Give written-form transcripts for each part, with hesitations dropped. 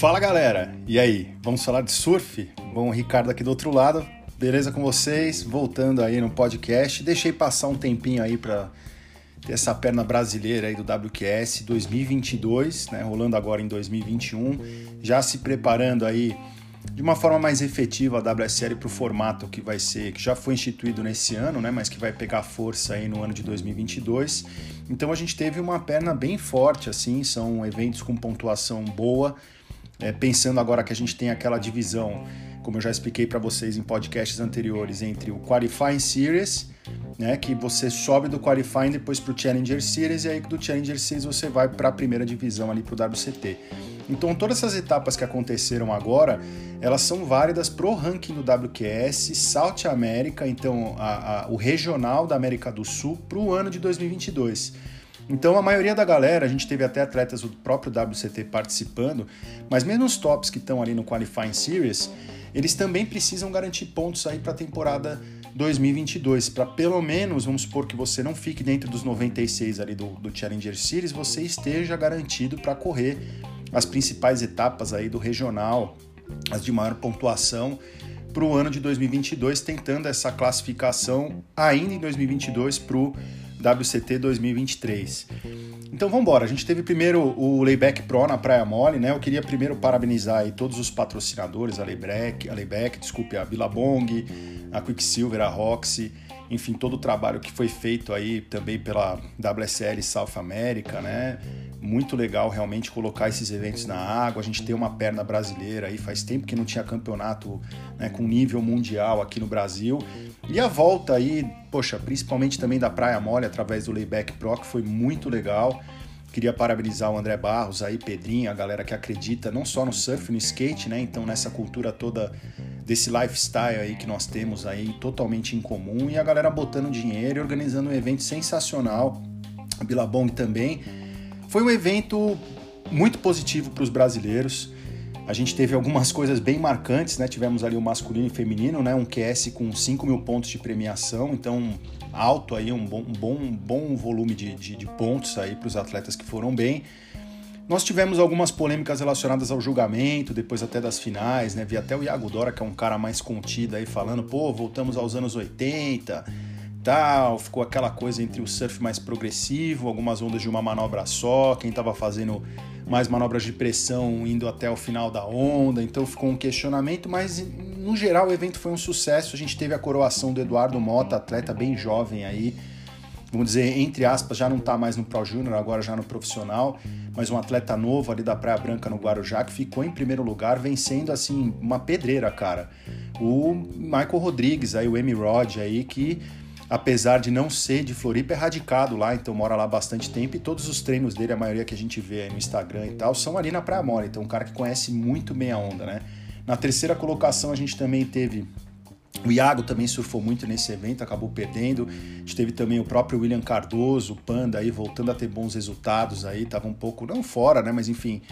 Fala galera, e aí? Vamos falar de surf? Bom, o Ricardo aqui do outro lado, beleza com vocês? Voltando aí no podcast, deixei passar um tempinho aí para ter essa perna brasileira aí do WQS 2022, né? Rolando agora em 2021, já se preparando aí de uma forma mais efetiva a WSL para o formato que vai ser, que já foi instituído nesse ano, né? Mas que vai pegar força aí no ano de 2022. Então a gente teve uma perna bem forte, assim, são eventos com pontuação boa. Pensando agora que a gente tem aquela divisão, como eu já expliquei para vocês em podcasts anteriores, entre o Qualifying Series, né, que você sobe do Qualifying depois para o Challenger Series, e aí do Challenger Series você vai para a primeira divisão ali para o WCT. Então todas essas etapas que aconteceram agora, elas são válidas para o ranking do WQS, South America, então o regional da América do Sul, para o ano de 2022. Então a maioria da galera, a gente teve até atletas do próprio WCT participando, mas mesmo os tops que estão ali no Qualifying Series, eles também precisam garantir pontos aí para a temporada 2022, para pelo menos, vamos supor que você não fique dentro dos 96 ali do Challenger Series, você esteja garantido para correr as principais etapas aí do regional, as de maior pontuação, para o ano de 2022, tentando essa classificação ainda em 2022 para o WCT 2023. Então vamos embora, a gente teve primeiro o Layback Pro na Praia Mole, né? Eu queria primeiro parabenizar aí todos os patrocinadores, a Layback, a Billabong, a Quicksilver, a Roxy, enfim, todo o trabalho que foi feito aí também pela WSL South America, né? Muito legal realmente colocar esses eventos na água, a gente tem uma perna brasileira aí, faz tempo que não tinha campeonato, né, com nível mundial aqui no Brasil, e a volta aí, poxa, principalmente também da Praia Mole através do Layback Pro, que foi muito legal. Queria parabenizar o André Barros aí, Pedrinho, a galera que acredita não só no surf, no skate, né, então nessa cultura toda desse lifestyle aí que nós temos aí totalmente em comum, e a galera botando dinheiro e organizando um evento sensacional, a Billabong também. Foi um evento muito positivo para os brasileiros. A gente teve algumas coisas bem marcantes, né? Tivemos ali o masculino e feminino, né? Um QS com 5 mil pontos de premiação, então alto aí, um bom volume de pontos aí para os atletas que foram bem. Nós tivemos algumas polêmicas relacionadas ao julgamento, depois até das finais, né? Vi até o Iago Dora, que é um cara mais contido aí, falando, voltamos aos anos 80, tal, ficou aquela coisa entre o surf mais progressivo, algumas ondas de uma manobra só, quem estava fazendo mais manobras de pressão indo até o final da onda, então ficou um questionamento, mas no geral o evento foi um sucesso. A gente teve a coroação do Eduardo Mota, atleta bem jovem aí, vamos dizer, entre aspas, já não está mais no Pro Júnior, agora já no profissional, mas um atleta novo ali da Praia Branca no Guarujá, que ficou em primeiro lugar, vencendo assim uma pedreira, cara. O Michael Rodrigues, aí, o M-Rod aí, que apesar de não ser de Floripa, é radicado lá, então mora lá há bastante tempo, e todos os treinos dele, a maioria que a gente vê aí no Instagram e tal, são ali na Praia Mole, então um cara que conhece muito bem a onda, né? Na terceira colocação a gente também teve o Iago, também surfou muito nesse evento, acabou perdendo. A gente teve também o próprio William Cardoso, o Panda aí, voltando a ter bons resultados aí, tava um pouco, não fora, né, mas enfim,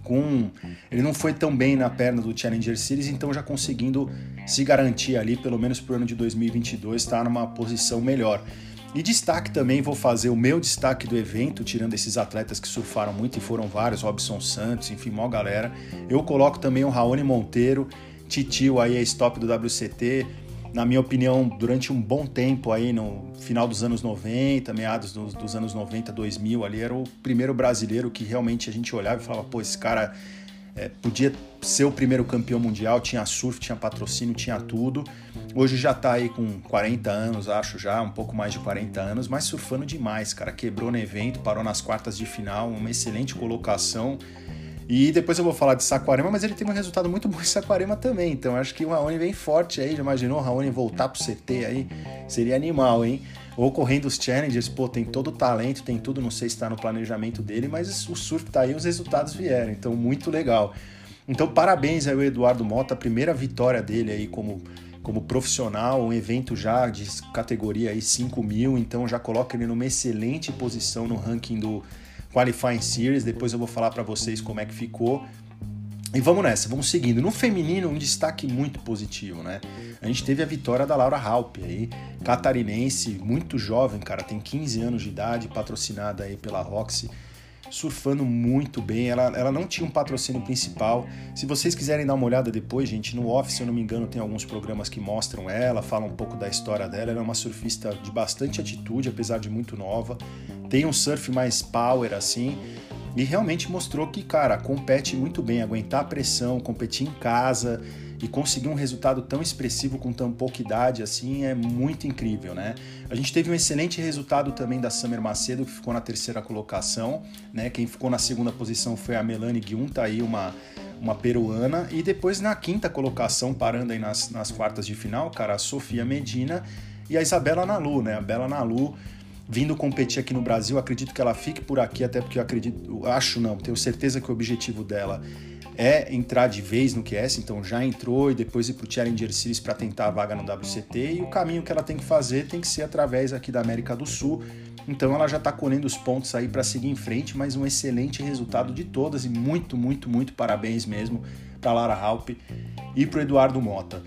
ele não foi tão bem na perna do Challenger Series, então já conseguindo se garantir ali, pelo menos pro ano de 2022, tá numa posição melhor. E destaque também, vou fazer o meu destaque do evento, tirando esses atletas que surfaram muito, e foram vários, Robson Santos, enfim, mó galera. Eu coloco também o Raoni Monteiro, Titio aí, ex-top do WCT, na minha opinião, durante um bom tempo aí, no final dos anos 90, meados dos anos 90, 2000 ali, era o primeiro brasileiro que realmente a gente olhava e falava, esse cara podia ser o primeiro campeão mundial, tinha surf, tinha patrocínio, tinha tudo. Hoje já tá aí com 40 anos, acho já, um pouco mais de 40 anos, mas surfando demais, cara, quebrou no evento, parou nas quartas de final, uma excelente colocação. E depois eu vou falar de Saquarema, mas ele tem um resultado muito bom em Saquarema também, então acho que o Raoni vem forte aí. Já imaginou o Raoni voltar pro CT aí? Seria animal, hein? Ou correndo os Challengers, tem todo o talento, tem tudo, não sei se está no planejamento dele, mas o surf tá aí, os resultados vieram, então muito legal. Então parabéns aí ao Eduardo Mota, a primeira vitória dele aí como profissional, um evento já de categoria aí 5 mil, então já coloca ele numa excelente posição no ranking do Qualifying Series. Depois eu vou falar para vocês como é que ficou. E vamos nessa, vamos seguindo. No feminino, um destaque muito positivo, né? A gente teve a vitória da Laura Halpe aí, catarinense, muito jovem, cara, tem 15 anos de idade, patrocinada aí pela Roxy. surfando muito bem. Ela não tinha um patrocínio principal. Se vocês quiserem dar uma olhada depois, gente, no Office, se eu não me engano, tem alguns programas que mostram ela, falam um pouco da história dela. Ela é uma surfista de bastante atitude, apesar de muito nova. Tem um surf mais power, assim, e realmente mostrou que, cara, compete muito bem, aguentar a pressão, competir em casa e conseguir um resultado tão expressivo com tão pouca idade, assim, é muito incrível, né? A gente teve um excelente resultado também da Summer Macedo, que ficou na 3ª colocação, né? Quem ficou na 2ª posição foi a Melanie Guiun, tá aí uma peruana, e depois na 5ª colocação, parando aí nas quartas de final, cara, a Sofia Medina e a Isabela Nalu, né? A Bela Nalu vindo competir aqui no Brasil, acredito que ela fique por aqui, até porque tenho certeza que o objetivo dela é entrar de vez no QS, então já entrou e depois ir pro Challenger Series para tentar a vaga no WCT, e o caminho que ela tem que fazer tem que ser através aqui da América do Sul, então ela já está colhendo os pontos aí para seguir em frente, mas um excelente resultado de todas e muito, muito, muito parabéns mesmo para Lara Halpe e pro Eduardo Mota.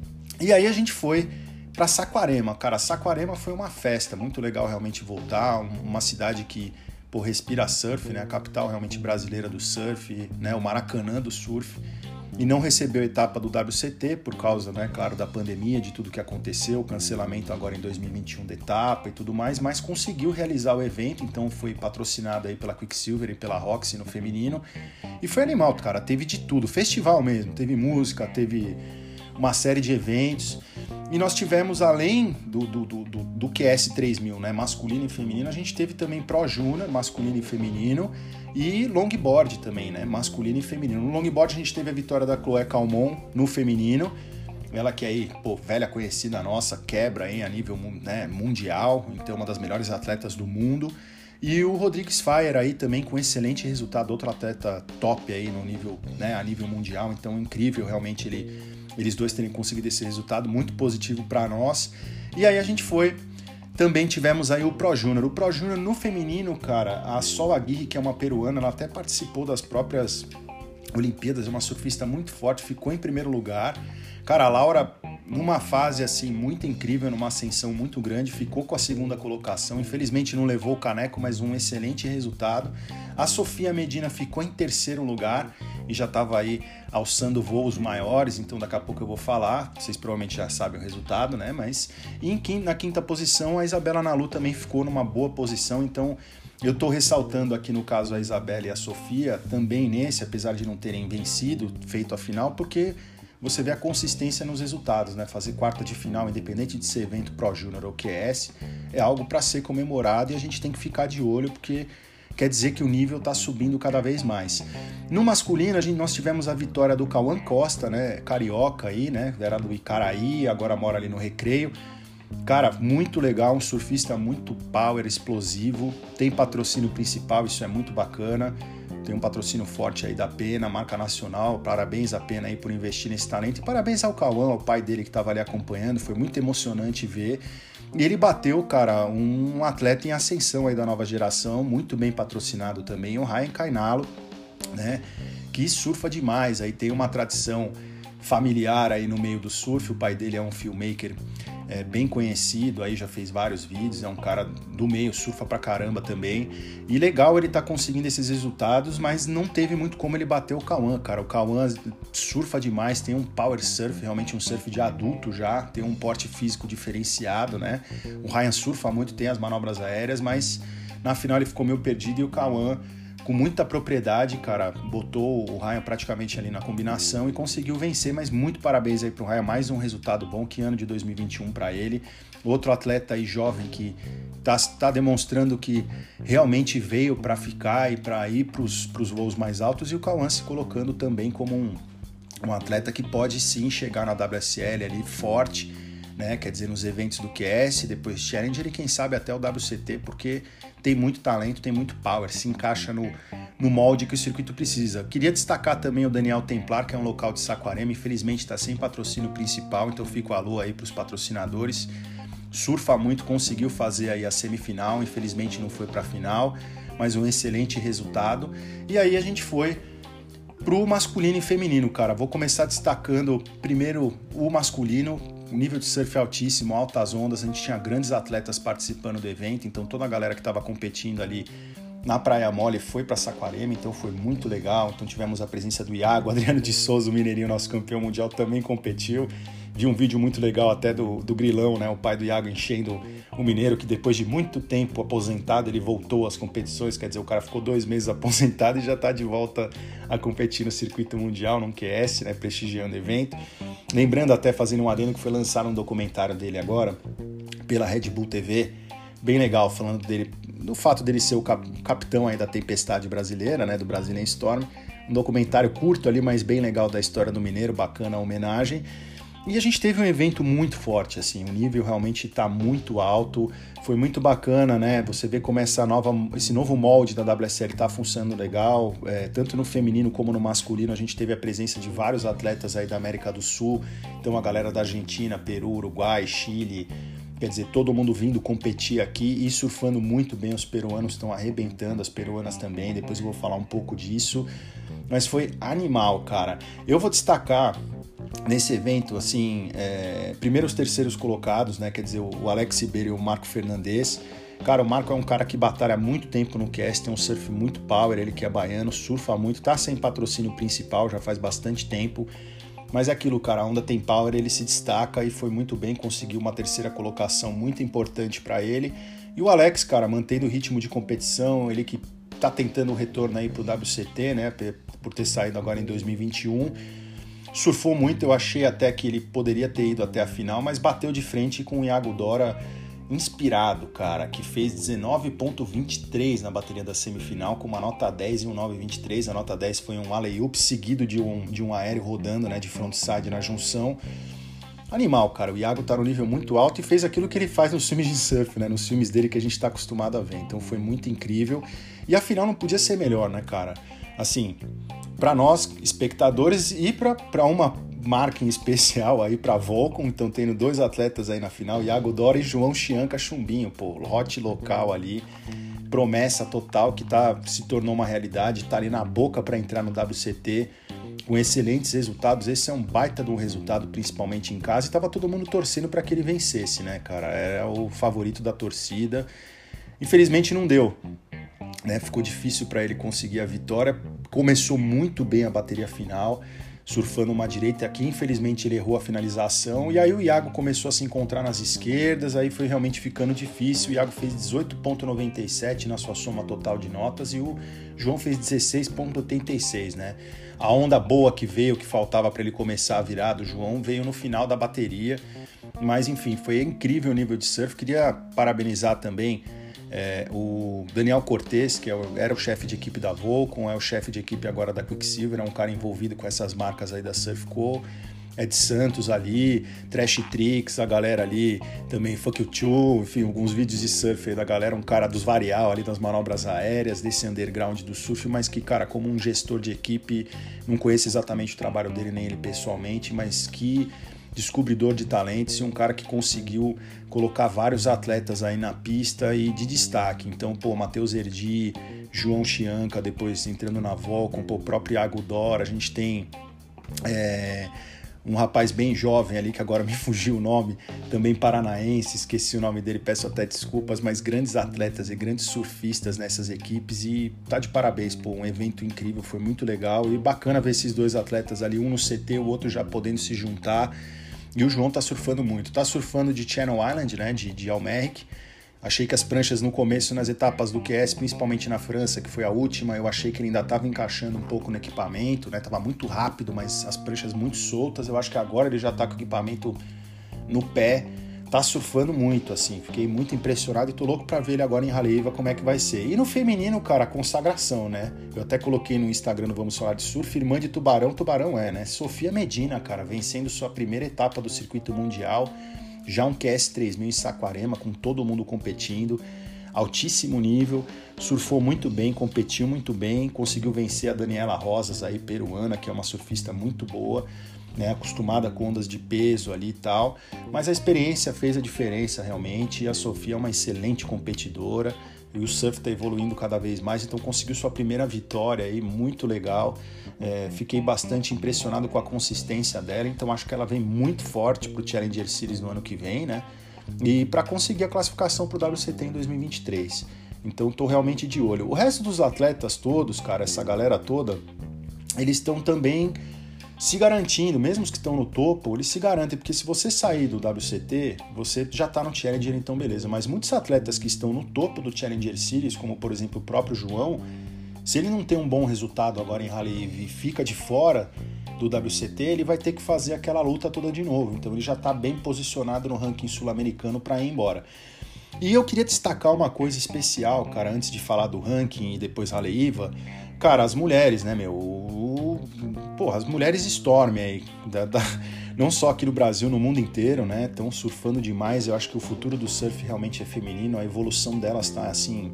E aí a gente foi para Saquarema, cara, Saquarema foi uma festa, muito legal realmente voltar, uma cidade que respira surf, né? A capital realmente brasileira do surf, né? O Maracanã do surf, e não recebeu a etapa do WCT por causa, né, claro, da pandemia, de tudo que aconteceu, o cancelamento agora em 2021 da etapa e tudo mais, mas conseguiu realizar o evento, então foi patrocinado aí pela Quicksilver e pela Roxy no feminino, e foi animal, cara, teve de tudo, festival mesmo, teve música, teve uma série de eventos, e nós tivemos, além do QS 3000, né, masculino e feminino, a gente teve também Pro Júnior, masculino e feminino, e longboard também, né, masculino e feminino. No longboard a gente teve a vitória da Chloé Calmon no feminino, ela que aí, velha conhecida nossa, quebra aí a nível, né, mundial, então uma das melhores atletas do mundo. E o Rodrigues Fire aí também com excelente resultado, outro atleta top aí no nível, né, a nível mundial, então incrível realmente eles dois terem conseguido esse resultado, muito positivo para nós. E aí a gente também tivemos aí o Pro Júnior. O Pro Júnior no feminino, cara, a Sol Aguirre, que é uma peruana, ela até participou das próprias Olimpíadas, é uma surfista muito forte, ficou em primeiro lugar. Cara, a Laura, numa fase assim muito incrível, numa ascensão muito grande, ficou com a 2ª colocação, infelizmente não levou o caneco, mas um excelente resultado. A Sofia Medina ficou em 3º lugar e já estava aí alçando voos maiores, então daqui a pouco eu vou falar, vocês provavelmente já sabem o resultado, né? Mas na 5ª posição a Isabela Nalu também ficou numa boa posição, então eu estou ressaltando aqui no caso a Isabela e a Sofia também nesse, apesar de não terem vencido, feito a final, porque você vê a consistência nos resultados, né? Fazer quarta de final, independente de ser evento Pro Júnior ou QS, é algo para ser comemorado e a gente tem que ficar de olho, porque quer dizer que o nível está subindo cada vez mais. No masculino, nós tivemos a vitória do Cauã Costa, né? Carioca aí, né? Era do Icaraí, agora mora ali no Recreio. Cara, muito legal, um surfista muito power, explosivo, tem patrocínio principal, isso é muito bacana. Tem um patrocínio forte aí da Pena, marca nacional, parabéns à Pena aí por investir nesse talento, e parabéns ao Cauã, ao pai dele que estava ali acompanhando, foi muito emocionante ver, e ele bateu, cara, um atleta em ascensão aí da nova geração, muito bem patrocinado também, o Ryan Kainalo, né, que surfa demais, aí tem uma tradição familiar aí no meio do surf, o pai dele é um filmmaker bem conhecido, aí já fez vários vídeos, é um cara do meio, surfa pra caramba também, e legal ele tá conseguindo esses resultados, mas não teve muito como ele bater o Cauã, cara, o Cauã surfa demais, tem um power surf, realmente um surf de adulto já, tem um porte físico diferenciado, né, o Ryan surfa muito, tem as manobras aéreas, mas na final ele ficou meio perdido, e o Cauã com muita propriedade, cara, botou o Ryan praticamente ali na combinação e conseguiu vencer, mas muito parabéns aí pro Ryan, mais um resultado bom, que ano de 2021 para ele, outro atleta aí jovem que tá demonstrando que realmente veio para ficar e para ir pros voos mais altos, e o Cauã se colocando também como um atleta que pode sim chegar na WSL ali forte, né? Quer dizer, nos eventos do QS, depois Challenger e quem sabe até o WCT, porque tem muito talento, tem muito power, se encaixa no molde que o circuito precisa. Queria destacar também o Daniel Templar, que é um local de Saquarema, infelizmente está sem patrocínio principal, então fico alô aí para os patrocinadores. Surfa muito, conseguiu fazer aí a semifinal, infelizmente não foi para a final, mas um excelente resultado. E aí a gente foi pro masculino e feminino, cara. Vou começar destacando primeiro o masculino, nível de surf altíssimo, altas ondas, a gente tinha grandes atletas participando do evento, então toda a galera que estava competindo ali na Praia Mole foi para Saquarema, então foi muito legal. Então tivemos a presença do Iago, Adriano de Souza, o mineirinho, nosso campeão mundial, também competiu. Vi um vídeo muito legal até do Grilão, né? O pai do Iago enchendo o mineiro, que depois de muito tempo aposentado, ele voltou às competições. Quer dizer, o cara ficou 2 meses aposentado e já está de volta a competir no circuito mundial, no QS, né? Prestigiando o evento. Lembrando até, fazendo um adendo, que foi lançado um documentário dele agora pela Red Bull TV, bem legal, falando dele, do fato dele ser o capitão aí da tempestade brasileira, né? Do Brazilian Storm. Um documentário curto ali, mas bem legal da história do mineiro, bacana a homenagem. E a gente teve um evento muito forte, assim, o nível realmente está muito alto, foi muito bacana, né? Você vê como esse novo molde da WSL está funcionando legal, tanto no feminino como no masculino. A gente teve a presença de vários atletas aí da América do Sul, então a galera da Argentina, Peru, Uruguai, Chile, quer dizer, todo mundo vindo competir aqui e surfando muito bem. Os peruanos estão arrebentando, as peruanas também, depois eu vou falar um pouco disso, mas foi animal, cara. Eu vou destacar nesse evento, assim, primeiro os terceiros colocados, né? Quer dizer, o Alex Ribeiro e o Marco Fernandes. Cara, o Marco é um cara que batalha há muito tempo no cast, tem um surf muito power, ele que é baiano, surfa muito, tá sem patrocínio principal, já faz bastante tempo. Mas é aquilo, cara, a onda tem power, ele se destaca e foi muito bem, conseguiu uma terceira colocação muito importante para ele. E o Alex, cara, mantendo o ritmo de competição, ele que tá tentando o retorno aí pro WCT, né? Por ter saído agora em 2021. Surfou muito, eu achei até que ele poderia ter ido até a final, mas bateu de frente com o Iago Dora inspirado, cara, que fez 19.23 na bateria da semifinal, com uma nota 10 e um 9.23. A nota 10 foi um alley-oop seguido de um aéreo rodando, né, de frontside na junção. Animal, cara, o Iago tá no nível muito alto e fez aquilo que ele faz nos filmes de surf, né, nos filmes dele que a gente tá acostumado a ver. Então foi muito incrível. E a final não podia ser melhor, né, cara? Assim, para nós, espectadores, e para uma marca em especial aí para a Volcom, então tendo 2 atletas aí na final, Iago Dora e João Chianca Chumbinho, pô, hot local ali, promessa total que se tornou uma realidade, tá ali na boca para entrar no WCT, com excelentes resultados. Esse é um baita de um resultado, principalmente em casa, e tava todo mundo torcendo para que ele vencesse, né, cara? Era o favorito da torcida. Infelizmente não deu, né? Ficou difícil para ele conseguir a vitória. Começou muito bem a bateria final, surfando uma direita aqui, infelizmente ele errou a finalização, e aí o Iago começou a se encontrar nas esquerdas, aí foi realmente ficando difícil. O Iago fez 18.97 na sua soma total de notas e o João fez 16.86, né? A onda boa que veio, que faltava para ele começar a virar do João, veio no final da bateria, mas enfim, foi incrível o nível de surf. Queria parabenizar também o Daniel Cortez, que era o chefe de equipe da Volcom, é o chefe de equipe agora da Quicksilver, é um cara envolvido com essas marcas aí da Surf Co. Ed Santos ali, Trash Tricks, a galera ali, também Fuck You Too, enfim, alguns vídeos de surf aí da galera, um cara dos varial ali, das manobras aéreas, desse underground do surf, mas que, cara, como um gestor de equipe, não conheço exatamente o trabalho dele, nem ele pessoalmente, mas que descobridor de talentos e um cara que conseguiu colocar vários atletas aí na pista e de destaque. Então, pô, Matheus Erdi, João Chianca, depois entrando na Volcom, pô, o próprio Iago Dora, a gente tem um rapaz bem jovem ali, que agora me fugiu o nome, também paranaense, esqueci o nome dele, peço até desculpas, mas grandes atletas e grandes surfistas nessas equipes, e tá de parabéns, pô, um evento incrível, foi muito legal e bacana ver esses 2 atletas ali, um no CT, o outro já podendo se juntar. E o João tá surfando muito, tá surfando de Channel Island, né, de Almeric. Achei que as pranchas no começo, nas etapas do QS, principalmente na França, que foi a última, eu achei que ele ainda estava encaixando um pouco no equipamento, né, tava muito rápido, mas as pranchas muito soltas. Eu acho que agora ele já tá com o equipamento no pé, tá surfando muito, assim, fiquei muito impressionado e tô louco pra ver ele agora em Haleiwa como é que vai ser. E no feminino, cara, a consagração, né? Eu até coloquei no Instagram no Vamos Falar de Surf, irmã de Tubarão, Tubarão né? Sofia Medina, cara, vencendo sua primeira etapa do circuito mundial, já um QS 3000 em Saquarema, com todo mundo competindo, altíssimo nível, surfou muito bem, competiu muito bem, conseguiu vencer a Daniela Rosas aí, peruana, que é uma surfista muito boa, né, acostumada com ondas de peso ali e tal, mas a experiência fez a diferença realmente, e a Sofia é uma excelente competidora, e o surf está evoluindo cada vez mais, então conseguiu sua primeira vitória aí, muito legal. Fiquei bastante impressionado com a consistência dela, então acho que ela vem muito forte para o Challenger Series no ano que vem, né? E para conseguir a classificação para o WCT em 2023. Então estou realmente de olho. O resto dos atletas todos, cara, essa galera toda, eles estão também se garantindo, mesmo os que estão no topo, eles se garantem, porque se você sair do WCT, você já está no Challenger, então beleza. Mas muitos atletas que estão no topo do Challenger Series, como por exemplo o próprio João, se ele não tem um bom resultado agora em Rally e fica de fora do WCT, ele vai ter que fazer aquela luta toda de novo. Então ele já está bem posicionado no ranking sul-americano para ir embora. E eu queria destacar uma coisa especial, cara, antes de falar do ranking e depois Rally IVA. Cara, as mulheres, né, meu? Porra, as mulheres Storm aí, não só aqui no Brasil, no mundo inteiro, né? Estão surfando demais. Eu acho que o futuro do surf realmente é feminino. A evolução delas está, assim,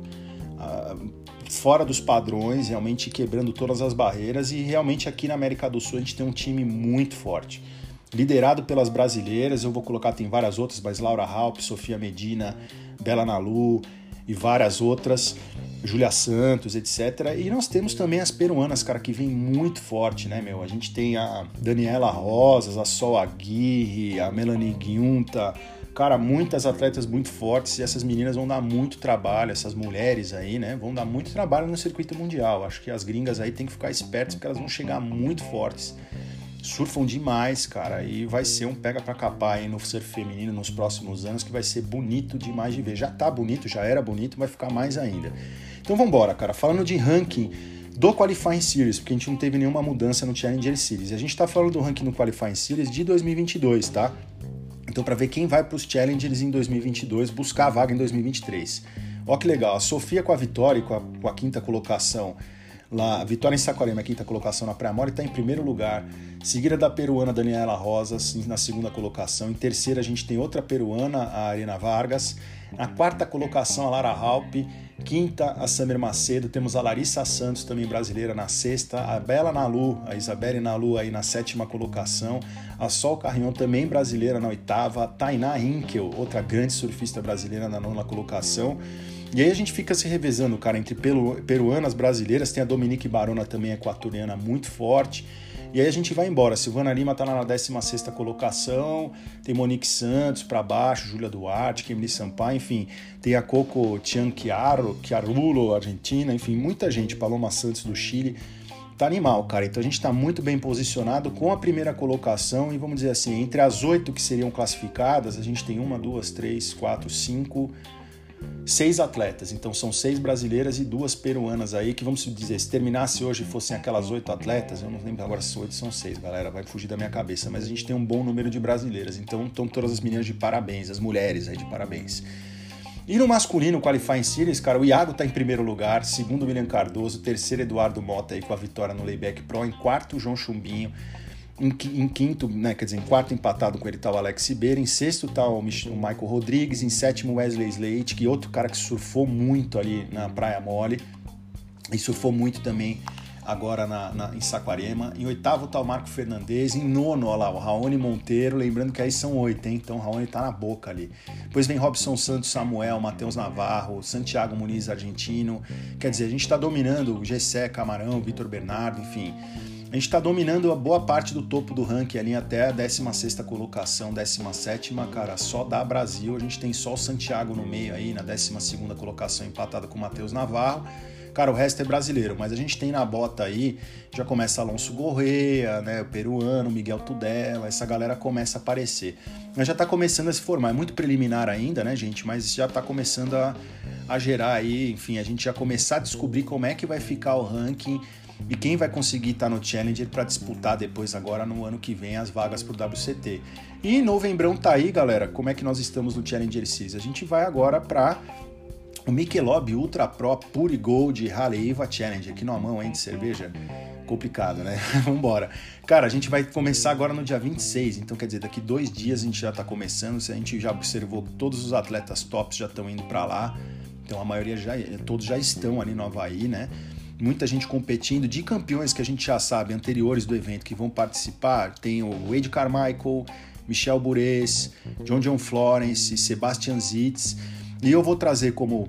fora dos padrões, realmente quebrando todas as barreiras. E realmente aqui na América do Sul a gente tem um time muito forte. Liderado pelas brasileiras, eu vou colocar, tem várias outras, mas Laura Halp, Sofia Medina, Bela Nalu e várias outras, Júlia Santos, etc. E nós temos também as peruanas, cara, que vem muito forte, né, meu? A gente tem a Daniela Rosas, a Sol Aguirre, a Melanie Guiunta, cara, muitas atletas muito fortes, e essas meninas vão dar muito trabalho, essas mulheres aí, né, vão dar muito trabalho no circuito mundial. Acho que as gringas aí tem que ficar espertas, porque elas vão chegar muito fortes. Surfam demais, cara, e vai ser um pega pra capar aí no surf feminino nos próximos anos, que vai ser bonito demais de ver. Já tá bonito, já era bonito, vai ficar mais ainda. Então vambora, cara, falando de ranking do Qualifying Series, porque a gente não teve nenhuma mudança no Challenger Series. A gente tá falando do ranking no Qualifying Series de 2022, tá? Então pra ver quem vai pros Challengers em 2022, buscar a vaga em 2023. Ó que legal, a Sofia com a vitória, com a quinta colocação, lá, a vitória em Saquarema, a quinta colocação na Praia Mole, está em primeiro lugar, seguida da peruana Daniela Rosas na segunda colocação. Em terceira a gente tem outra peruana, a Arena Vargas. Na quarta colocação a Lara Halp, quinta a Summer Macedo, temos a Larissa Santos, também brasileira, na sexta, a Bela Nalu, a Isabelle Nalu aí na sétima colocação, a Sol Carrion, também brasileira, na oitava, a Tainá Hinkel, outra grande surfista brasileira, na nona colocação. E aí a gente fica se revezando, cara, entre peruanas, brasileiras, tem a Dominique Barona também, equatoriana, muito forte. E aí a gente vai embora. Silvana Lima tá na 16ª colocação, tem Monique Santos para baixo, Júlia Duarte, Kemily Sampaio, enfim, tem a Coco Chiarulo, Argentina, enfim, muita gente, Paloma Santos do Chile. Tá animal, cara. Então a gente tá muito bem posicionado com a primeira colocação e vamos dizer assim, entre as 8 que seriam classificadas, a gente tem 1, 2, 3, 4, 5... 6 atletas, então são 6 brasileiras e 2 peruanas aí, que vamos dizer, se terminasse hoje e fossem aquelas 8 atletas, eu não lembro agora se 8 são 6, galera, vai fugir da minha cabeça, mas a gente tem um bom número de brasileiras, então estão todas as meninas de parabéns, as mulheres aí de parabéns. E no masculino, Qualifying Series, cara, o Iago tá em primeiro lugar, segundo o William Cardoso, terceiro Eduardo Mota aí com a vitória no Layback Pro, em quarto o João Chumbinho, em quinto, né, quer dizer, em quarto empatado com ele tá o Alex Ribeiro, em sexto tá o Michael Rodrigues, em sétimo o Wesley Slate, que é outro cara que surfou muito ali na Praia Mole e surfou muito também agora em Saquarema. Em oitavo tá o Marco Fernandes, em nono, olha lá, o Raoni Monteiro, lembrando que aí são 8, hein? Então o Raoni tá na boca ali. Depois vem Robson Santos, Samuel, Matheus Navarro, Santiago Muniz, argentino. Quer dizer, a gente tá dominando o Gessé, Camarão, Vitor Bernardo, enfim. A gente está dominando a boa parte do topo do ranking ali até a 16ª colocação, 17ª, cara, só dá Brasil. A gente tem só o Santiago no meio aí, na 12ª colocação, empatado com o Matheus Navarro. Cara, o resto é brasileiro, mas a gente tem na bota aí, já começa Alonso Correa, né, o peruano, Miguel Tudela, essa galera começa a aparecer. Mas já tá começando a se formar, é muito preliminar ainda, né, gente, mas já tá começando a gerar aí, enfim, a gente já começar a descobrir como é que vai ficar o ranking e quem vai conseguir estar no Challenger para disputar depois agora no ano que vem as vagas pro WCT. E novembrão tá aí, galera, como é que nós estamos no Challenger Series? A gente vai agora para o Michelob Ultra Pro Pure Gold Rally IVA Challenge, aqui numa mão, hein, de cerveja, complicado, né? Vambora. Cara, a gente vai começar agora no dia 26, então quer dizer, daqui 2 dias a gente já tá começando, a gente já observou que todos os atletas tops já estão indo para lá, então a maioria todos já estão ali no Havaí, né? Muita gente competindo, de campeões que a gente já sabe, anteriores do evento, que vão participar, tem o Wade Carmichael, Michel Bures, John Florence, Sebastian Zitz, e eu vou trazer como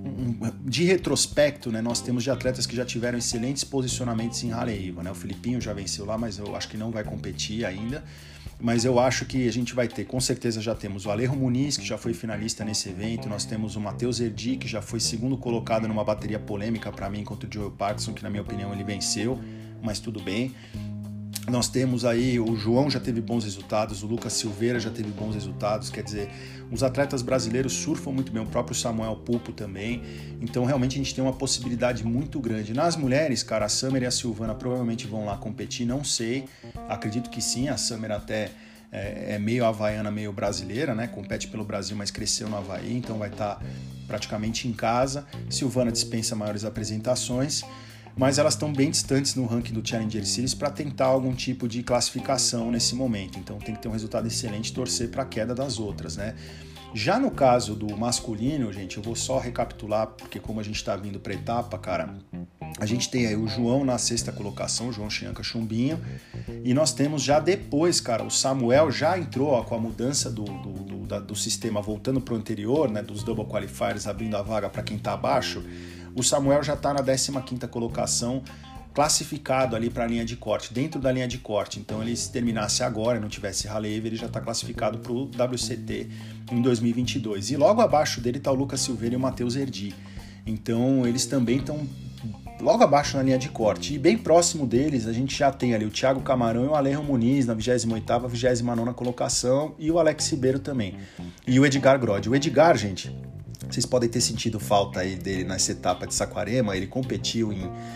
de retrospecto, né, nós temos de atletas que já tiveram excelentes posicionamentos em Rally IVA, né? O Filipinho já venceu lá, mas eu acho que não vai competir ainda. mas eu acho que a gente vai ter, com certeza já temos o Alejo Muniz, que já foi finalista nesse evento, nós temos o Matheus Erdi, que já foi segundo colocado numa bateria polêmica para mim contra o Joel Parkinson, que na minha opinião ele venceu, mas tudo bem. Nós temos aí, o João já teve bons resultados, o Lucas Silveira já teve bons resultados, quer dizer, os atletas brasileiros surfam muito bem, o próprio Samuel Pulpo também, então realmente a gente tem uma possibilidade muito grande. Nas mulheres, cara, a Summer e a Silvana provavelmente vão lá competir, não sei, acredito que sim, a Summer até é meio havaiana, meio brasileira, né, compete pelo Brasil, mas cresceu no Havaí, então vai estar praticamente em casa. Silvana dispensa maiores apresentações, mas elas estão bem distantes no ranking do Challenger Series para tentar algum tipo de classificação nesse momento. Então tem que ter um resultado excelente e torcer para a queda das outras, né? Já no caso do masculino, gente, eu vou só recapitular, porque como a gente está vindo para etapa, cara, a gente tem aí o João na 6ª colocação, o João Chianca Chumbinho, e nós temos já depois, cara, o Samuel já entrou ó, com a mudança do sistema voltando para o anterior, né, dos double qualifiers, abrindo a vaga para quem está abaixo. O Samuel já está na 15ª colocação, classificado ali para a linha de corte, dentro da linha de corte. Então ele se terminasse agora e não tivesse rally, ele já está classificado para o WCT em 2022. E logo abaixo dele está o Lucas Silveira e o Matheus Erdi. Então eles também estão logo abaixo na linha de corte. E bem próximo deles a gente já tem ali o Thiago Camarão e o Alejo Muniz na 28ª, 29ª colocação e o Alex Ribeiro também. E o Edgar Grode. O Edgar, gente... Vocês podem ter sentido falta aí dele nessa etapa de Saquarema, ele competiu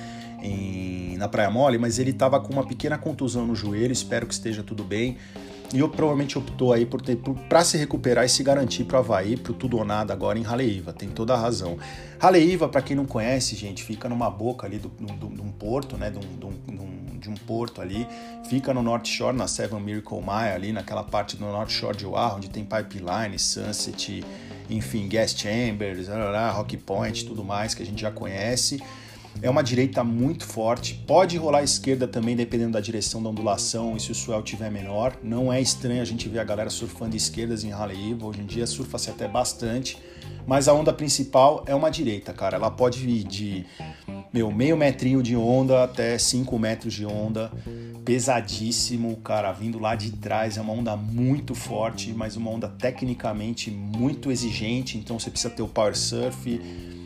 na Praia Mole, mas ele estava com uma pequena contusão no joelho, espero que esteja tudo bem. E eu provavelmente optou aí para se recuperar e se garantir para o Havaí, para o tudo ou nada agora em Haleiwa, tem toda a razão. Haleiwa, para quem não conhece, gente, fica numa boca ali de um porto, né, de um porto ali, fica no North Shore, na Seven Miracle Mile, ali naquela parte do North Shore de Oahu, onde tem Pipeline, Sunset, enfim, Gas Chambers, Rocky Point, tudo mais que a gente já conhece. É uma direita muito forte, pode rolar à esquerda também, dependendo da direção da ondulação e se o swell tiver menor. Não é estranho a gente ver a galera surfando esquerdas em Haleiwa, hoje em dia surfa-se até bastante, mas a onda principal é uma direita, cara. Ela pode vir de meio metrinho de onda até 5 metros de onda, pesadíssimo, cara, vindo lá de trás. É uma onda muito forte, mas uma onda tecnicamente muito exigente, então você precisa ter o power surf.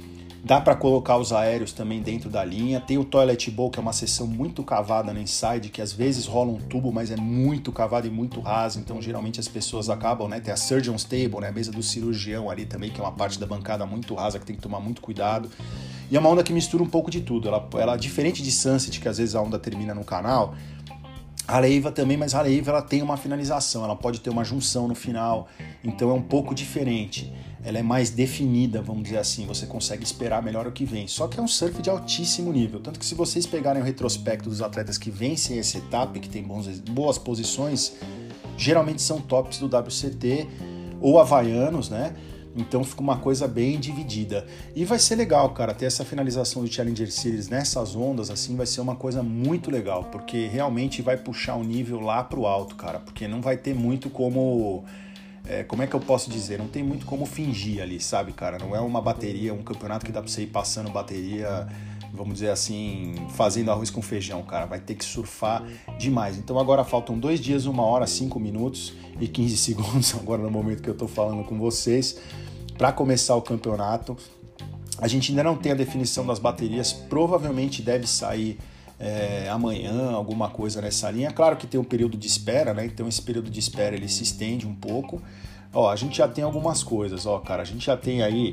Dá para colocar os aéreos também dentro da linha. Tem o Toilet Bowl, que é uma seção muito cavada no inside, que às vezes rola um tubo, mas é muito cavado e muito raso. Então, geralmente, as pessoas acabam, né? Tem a Surgeon's Table, né? A mesa do cirurgião ali também, que é uma parte da bancada muito rasa, que tem que tomar muito cuidado. E é uma onda que mistura um pouco de tudo. Ela diferente de Sunset, que às vezes a onda termina no canal, Haleiwa também, mas Haleiwa ela tem uma finalização, ela pode ter uma junção no final, então é um pouco diferente. Ela é mais definida, vamos dizer assim, você consegue esperar melhor o que vem. Só que é um surf de altíssimo nível, tanto que se vocês pegarem o retrospecto dos atletas que vencem essa etapa, que tem boas posições, geralmente são tops do WCT ou havaianos, né? Então fica uma coisa bem dividida. E vai ser legal, cara, ter essa finalização do Challenger Series nessas ondas, assim, vai ser uma coisa muito legal, porque realmente vai puxar o nível lá pro alto, cara, porque não vai ter muito como... como é que eu posso dizer? Não tem muito como fingir ali, sabe, cara? Não é uma bateria, um campeonato que dá pra você ir passando bateria, vamos dizer assim, fazendo arroz com feijão, cara. Vai ter que surfar demais. Então agora faltam 2 dias, 1 hora, 5 minutos e 15 segundos, agora no momento que eu tô falando com vocês, para começar o campeonato. A gente ainda não tem a definição das baterias, provavelmente deve sair amanhã, alguma coisa nessa linha. Claro que tem um período de espera, né? Então esse período de espera ele se estende um pouco. Ó, a gente já tem algumas coisas, ó, cara. A gente já tem aí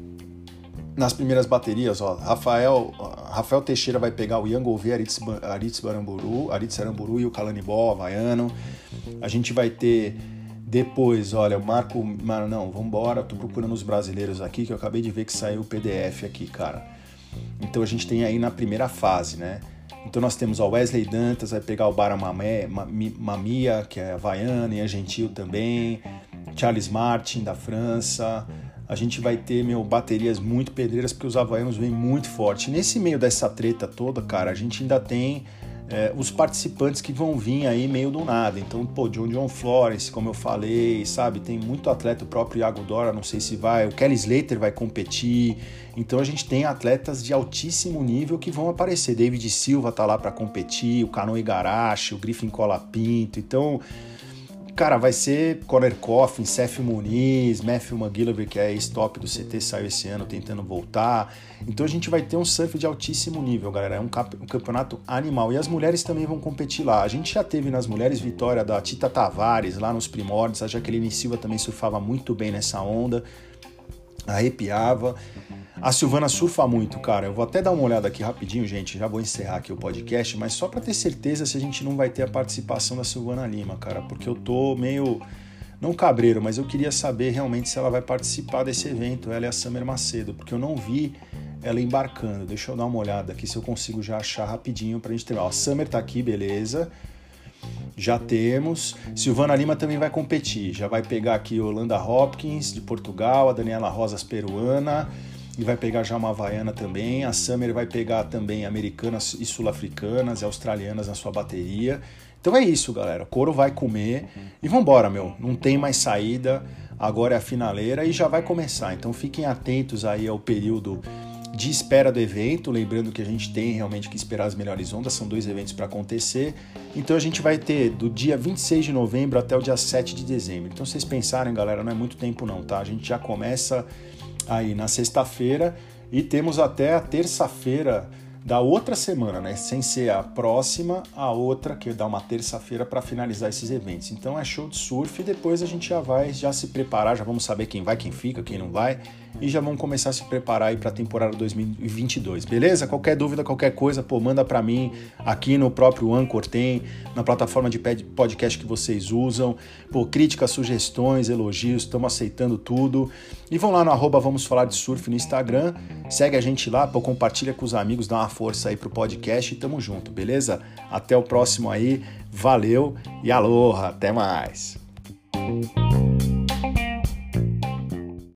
nas primeiras baterias, ó, Rafael Teixeira vai pegar o Ian Gouveia, Aritz Aramburu e o Kalani Ball, havaiano. A gente vai ter depois, olha, o Marco... Não, vambora, tô procurando os brasileiros aqui, que eu acabei de ver que saiu o PDF aqui, cara. Então a gente tem aí na primeira fase, né? Então nós temos o Wesley Dantas, vai pegar o Bara Mamia, que é havaiano, e é gentil também. Charles Martin, da França. A gente vai ter, baterias muito pedreiras, porque os havaianos vêm muito forte. Nesse meio dessa treta toda, cara, a gente ainda tem os participantes que vão vir aí meio do nada. Então, John Florence, como eu falei, sabe? Tem muito atleta, o próprio Iago Dora, não sei se vai. O Kelly Slater vai competir. Então, a gente tem atletas de altíssimo nível que vão aparecer. David Silva tá lá para competir, o Kano Igarashi, o Griffin Colapinto. Então... cara, vai ser Conor Coffin, Seth Muniz, Matthew McGillivray, que é ex-top do CT, saiu esse ano tentando voltar. Então a gente vai ter um surf de altíssimo nível, galera. É um campeonato animal. E as mulheres também vão competir lá. A gente já teve nas mulheres vitória da Tita Tavares, lá nos primórdios. A Jaqueline Silva também surfava muito bem nessa onda. Arrepiava. A Silvana surfa muito, cara. Eu vou até dar uma olhada aqui rapidinho, gente. Já vou encerrar aqui o podcast, mas só pra ter certeza se a gente não vai ter a participação da Silvana Lima, cara. Porque eu tô meio... não cabreiro, mas eu queria saber realmente se ela vai participar desse evento, ela e a Summer Macedo, porque eu não vi ela embarcando. Deixa eu dar uma olhada aqui se eu consigo já achar rapidinho pra gente ter. Ó, a Summer tá aqui, beleza. Já temos. Silvana Lima também vai competir. Já vai pegar aqui Holanda Hopkins, de Portugal, a Daniela Rosas, peruana, e vai pegar já uma havaiana também. A Summer vai pegar também americanas e sul-africanas e australianas na sua bateria. Então é isso, galera. O couro vai comer e vambora, meu. Não tem mais saída. Agora é a finaleira e já vai começar. Então fiquem atentos aí ao período de espera do evento, lembrando que a gente tem realmente que esperar as melhores ondas, são 2 eventos para acontecer, então a gente vai ter do dia 26 de novembro até o dia 7 de dezembro, então vocês pensarem, galera, não é muito tempo não, tá? A gente já começa aí na sexta-feira e temos até a terça-feira da outra semana, né? Sem ser a próxima, a outra, que dá uma terça-feira para finalizar esses eventos. Então é show de surf e depois a gente já vai se preparar, já vamos saber quem vai, quem fica, quem não vai e já vamos começar a se preparar aí para a temporada 2022, beleza? Qualquer dúvida, qualquer coisa, pô, manda para mim aqui no próprio Anchor, tem na plataforma de podcast que vocês usam, pô, críticas, sugestões, elogios, estamos aceitando tudo e vão lá no @Vamos Falar de Surf no Instagram, segue a gente lá, pô, compartilha com os amigos, dá uma força aí pro podcast e tamo junto, beleza? Até o próximo aí, valeu e aloha, até mais!